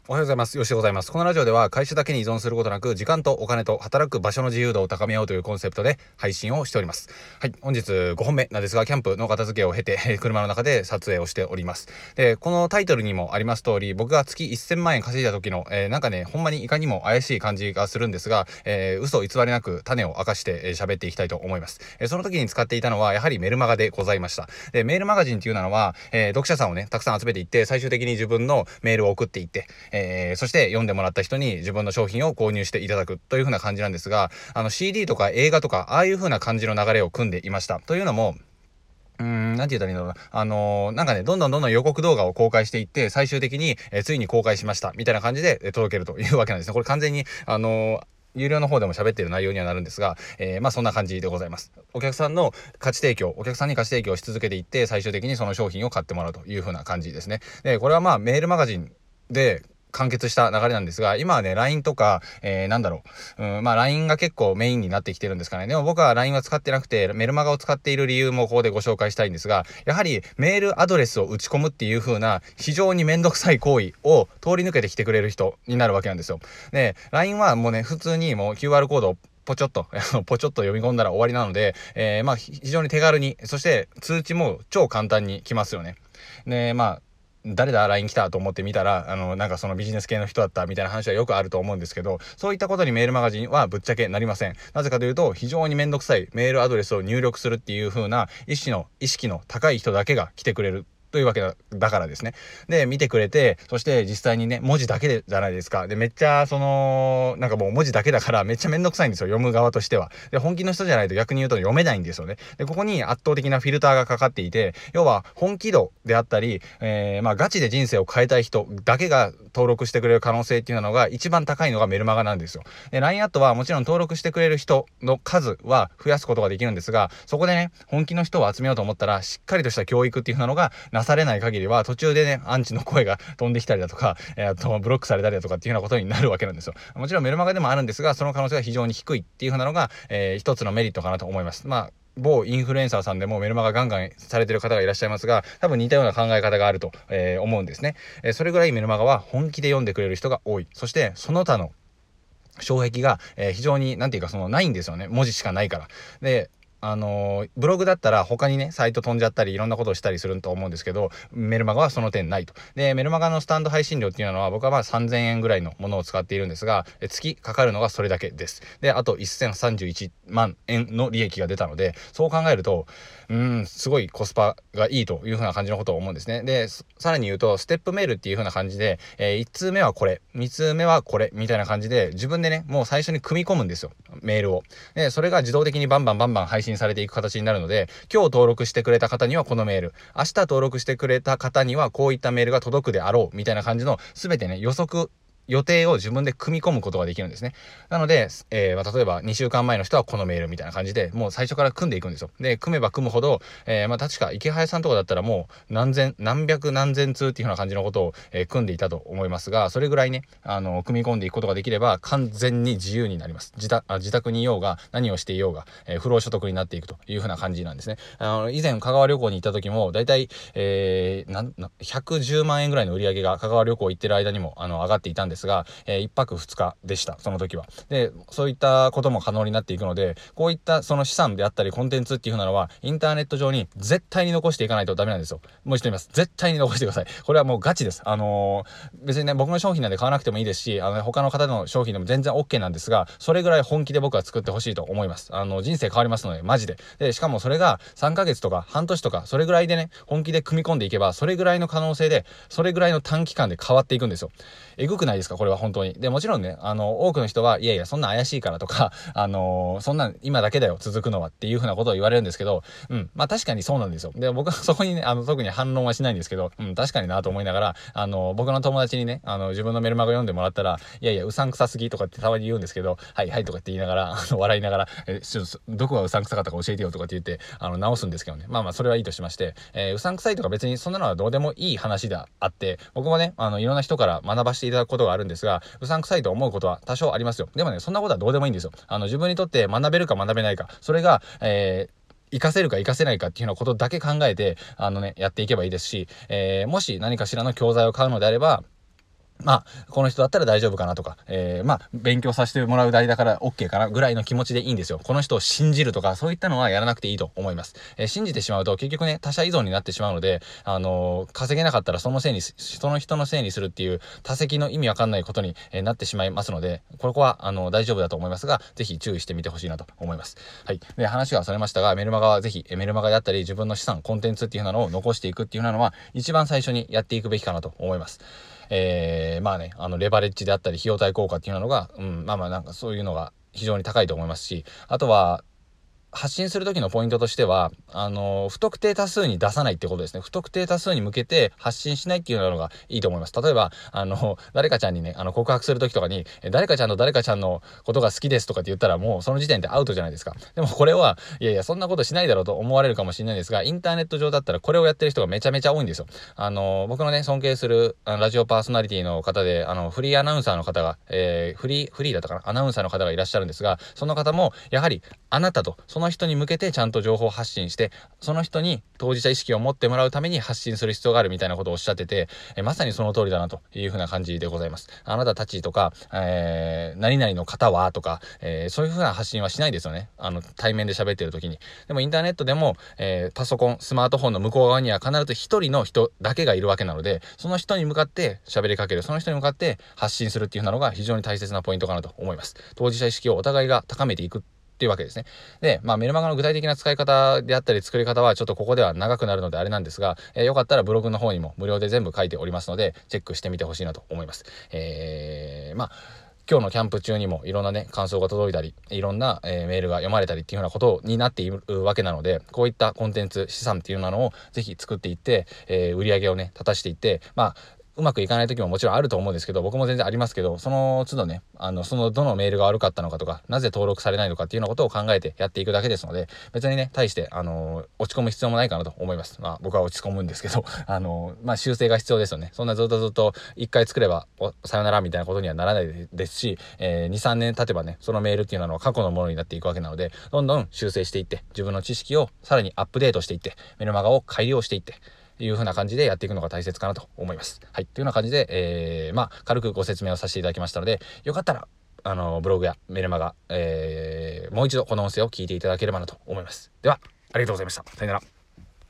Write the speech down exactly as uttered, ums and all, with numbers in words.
おはようございます。よしでございます。このラジオでは会社だけに依存することなく、時間とお金と働く場所の自由度を高めようというコンセプトで配信をしております。はい、本日ごほんめなんですが、キャンプの片付けを経て車の中で撮影をしております。で、このタイトルにもあります通り、僕が月せんまんえん稼いだ時の、えー、なんかね、ほんまにいかにも怪しい感じがするんですが、えー、嘘偽りなく種を明かして喋、えー、っていきたいと思います。えー、その時に使っていたのはやはりメルマガでございました。で、メールマガジンっていうのは、えー、読者さんをね、たくさん集めていって、最終的に自分のメールを送っていって、えー、そして読んでもらった人に自分の商品を購入していただくという風な感じなんですが、あの シーディー とか映画とかああいう風な感じの流れを組んでいました。というのも、うーん、なんて言ったらいいんだろうな。あのー、なんかね、どんどんどんどん予告動画を公開していって、最終的に、えー、ついに公開しました、みたいな感じで、えー、届けるというわけなんですね。これ完全に、あのー、有料の方でも喋っている内容にはなるんですが、えー、まあそんな感じでございます。お客さんの価値提供、お客さんに価値提供をし続けていって、最終的にその商品を買ってもらうという風な感じですね。で、これはまあメールマガジンで、完結した流れなんですが、今はね、ライン とか、えー、なんだろう、うん、まあ ライン が結構メインになってきてるんですかね。でも僕は ライン は使ってなくて、メルマガを使っている理由もここでご紹介したいんですが、やはりメールアドレスを打ち込むっていう風な非常にめんどくさい行為を通り抜けてきてくれる人になるわけなんですよ。で、ライン はもうね、普通にもう キューアール コードをポチョッと、ポチョッと読み込んだら終わりなので、えー、まあ非常に手軽に、そして通知も超簡単に来ますよね。で、まあ、誰だ ライン 来たと思って見たら、あの、なんかそのビジネス系の人だったみたいな話はよくあると思うんですけど、そういったことにメールマガジンはぶっちゃけなりません。なぜかというと、非常にめんどくさいメールアドレスを入力するっていう風な意識の、意識の高い人だけが来てくれる。というわけだ、だからですね。で、見てくれて、そして実際にね、文字だけでじゃないですか。で、めっちゃ、その、なんかもう文字だけだからめっちゃめんどくさいんですよ。読む側としては。で、本気の人じゃないと逆に言うと読めないんですよね。で、ここに圧倒的なフィルターがかかっていて、要は本気度であったり、えー、まあガチで人生を変えたい人だけが登録してくれる可能性っていうのが一番高いのがメルマガなんですよ。で、ライン アットはもちろん登録してくれる人の数は増やすことができるんですが、そこでね、本気の人を集めようと思ったら、しっかりとした教育っていうのがなされない限りは、途中でね、アンチの声が飛んできたりだとか、えー、とブロックされたりだとかっていうようなことになるわけなんですよ。もちろんメルマガでもあるんですが、その可能性が非常に低いっていう風なのが、えー、一つのメリットかなと思います。まあ某インフルエンサーさんでもメルマガガンガンされてる方がいらっしゃいますが、多分似たような考え方があると、えー、思うんですね。えー、それぐらいメルマガは本気で読んでくれる人が多い。そしてその他の障壁が、えー、非常になんていうかそのないんですよね。文字しかないから。で、あのー、ブログだったら他にねサイト飛んじゃったりいろんなことをしたりすると思うんですけど、メルマガはその点ないと。で、メルマガのスタンド配信料っていうのは僕はまあさんぜんえんぐらいのものを使っているんですが、え月かかるのがそれだけです。で、あとせんさんじゅういちまんえんの利益が出たので、そう考えるとうーんすごいコスパがいいというふうな感じのことを思うんですね。で、さらに言うとステップメールっていうふうな感じで、えー、いち通目はこれ、に通目はこれみたいな感じで自分でねもう最初に組み込むんですよ、メールを。で、それが自動的にバンバンバンバン配信されていく形になるので、今日登録してくれた方にはこのメール、明日登録してくれた方にはこういったメールが届くであろうみたいな感じの全てね予測予定を自分で組み込むことができるんですね。なので、えー、例えばにしゅうかんまえの人はこのメールみたいな感じでもう最初から組んでいくんですよ。で、組めば組むほど、えー、まあ確か池早さんとかだったらもう何千何百何千通っていうような感じのことを、えー、組んでいたと思いますが、それぐらいねあの組み込んでいくことができれば完全に自由になります。自宅あ自宅にいようが何をしていようが、えー、不労所得になっていくというふうな感じなんですね。あの以前香川旅行に行った時もだいたい、えー、なんなひゃくじゅうまんえんぐらいの売り上げが香川旅行行ってる間にもあの上がっていたんですが、えー、いっぱくふつかでした、その時は。で、そういったことも可能になっていくので、こういったその資産であったりコンテンツっていう風なのはインターネット上に絶対に残していかないとダメなんですよ。もう一度言います。絶対に残してください。これはもうガチです。あのー、別にね僕の商品なんで買わなくてもいいですし、あの、ね、他の方の商品でも全然 OK なんですが、それぐらい本気で僕は作ってほしいと思います。あの人生変わりますのでマジで。で、しかもそれがさんかげつとか半年とかそれぐらいでね本気で組み込んでいけば、それぐらいの可能性でそれぐらいの短期間で変わっていくんですよ。えぐくないですかこれは本当に。で、もちろんねあの多くの人はいやいやそんな怪しいからとかあのー、そんな今だけだよ続くのはっていう風なことを言われるんですけど、うんまあ確かにそうなんですよ。で、僕はそこにねあの特に反論はしないんですけど、うん確かになと思いながら、あのー、僕の友達にねあの自分のメルマガ読んでもらったら、いやいやうさんくさすぎとかってたまに言うんですけど、はいはいとかって言いながらあの笑いながら、えちょっとどこがうさんくさかったか教えてよとかって言ってあの直すんですけどね。まあまあそれはいいとしまして、えー、うさんくさいとか別にそんなのはどうでもいい話であって、僕もねあのいろんな人から学ばせていただくことがあるんですが、うさんくさいと思うことは多少ありますよ。でもねそんなことはどうでもいいんですよ。あの自分にとって学べるか学べないか、それが、えー活かせるか活かせないかっていうようなことだけ考えてあのねやっていけばいいですし、えー、もし何かしらの教材を買うのであればまあ、この人だったら大丈夫かなとか、えー、まあ、勉強させてもらう代だから OK かなぐらいの気持ちでいいんですよ。この人を信じるとか、そういったのはやらなくていいと思います。えー、信じてしまうと結局ね、他者依存になってしまうので、あのー、稼げなかったらそのせいに、その人のせいにするっていう多責の意味わかんないことに、えー、なってしまいますので、ここは、あのー、大丈夫だと思いますが、ぜひ注意してみてほしいなと思います。はい。で、話はそれましたが、メルマガはぜひ、メルマガであったり、自分の資産、コンテンツっていうのを残していくっていうのは、一番最初にやっていくべきかなと思います。えー、まあね、あの、レバレッジであったり、費用対効果っていうのが、うん、まあまあなんかそういうのが非常に高いと思いますし、あとは、発信する時のポイントとしては、あの、不特定多数に出さないってことですね。不特定多数に向けて発信しないっていうのがいいと思います。例えば、あの、誰かちゃんにね、あの、告白する時とかに、誰かちゃんと誰かちゃんのことが好きですとかって言ったら、もうその時点でアウトじゃないですか。でもこれは、いやいや、そんなことしないだろうと思われるかもしれないんですが、インターネット上だったらこれをやってる人がめちゃめちゃ多いんですよ。あの、僕のね、尊敬するあのラジオパーソナリティの方で、あの、フリーアナウンサーの方が、えー、フリー、フリーだったかなアナウンサーの方がいらっしゃるんですが、その方も、やはり、あなたと、その人に向けてちゃんと情報発信して、その人に当事者意識を持ってもらうために発信する必要があるみたいなことをおっしゃってて、えまさにその通りだなというふうな感じでございます。あなたたちとか、えー、何々の方はとか、えー、そういうふうな発信はしないですよね。あの、対面で喋ってる時に。でもインターネットでも、えー、パソコン、スマートフォンの向こう側には必ず一人の人だけがいるわけなので、その人に向かって喋りかける、その人に向かって発信するっていうのが非常に大切なポイントかなと思います。当事者意識をお互いが高めていくっていうわけですね。で、まあ、メルマガの具体的な使い方であったり作り方はちょっとここでは長くなるのであれなんですが、えー、よかったらブログの方にも無料で全部書いておりますので、チェックしてみてほしいなと思います。えー、まあ、今日のキャンプ中にもいろんなね、感想が届いたり、いろんな、えー、メールが読まれたりっていうようなことになっているわけなので、こういったコンテンツ、資産っていうのをぜひ作っていって、えー、売り上げをね、立たしていって、まあ、うまくいかない時ももちろんあると思うんですけど、僕も全然ありますけど、その都度ね、あの、そのどのメールが悪かったのかとか、なぜ登録されないのかっていうようなことを考えてやっていくだけですので、別にね、対して、あの、落ち込む必要もないかなと思います。まあ、僕は落ち込むんですけど、あの、まあ、修正が必要ですよね。そんなずっとずっと一回作れば、さよならみたいなことにはならないですし、えー、に、さんねん経てばね、そのメールっていうのは過去のものになっていくわけなので、どんどん修正していって、自分の知識をさらにアップデートしていって、メルマガを改良していって、いう風な感じでやっていくのが大切かなと思います。はい。というような感じで、えー、まあ、軽くご説明をさせていただきましたので、よかったら、あの、ブログやメルマガ、えー、もう一度この音声を聞いていただければなと思います。では、ありがとうございました。さよなら。